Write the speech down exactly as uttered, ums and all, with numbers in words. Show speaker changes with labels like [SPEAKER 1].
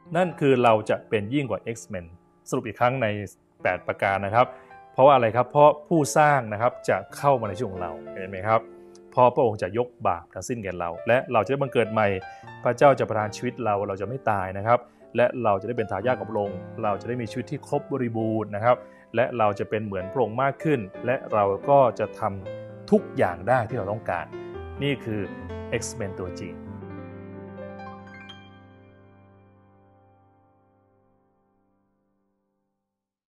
[SPEAKER 1] นั่นคือเราจะเป็นยิ่งกว่า X-Men สรุปอีกครั้งในแปดประการนะครับเพราะว่าอะไรครับเพราะผู้สร้างนะครับจะเข้ามาในชีวิตของเราเห็นไหมครับเพราะพระองค์จะยกบาปทั้งสิ้นแก่เราและเราจะได้บังเกิดใหม่พระเจ้าจะประทานชีวิตเราเราจะไม่ตายนะครับและเราจะได้เป็นทายาทของพระองค์เราจะได้มีชีวิตที่ครบบริบูรณ์นะครับและเราจะเป็นเหมือนพระองค์มากขึ้นและเราก็จะทำทุกอย่างได้ที่เราต้องการนี่คือ X-Men ตัวจริง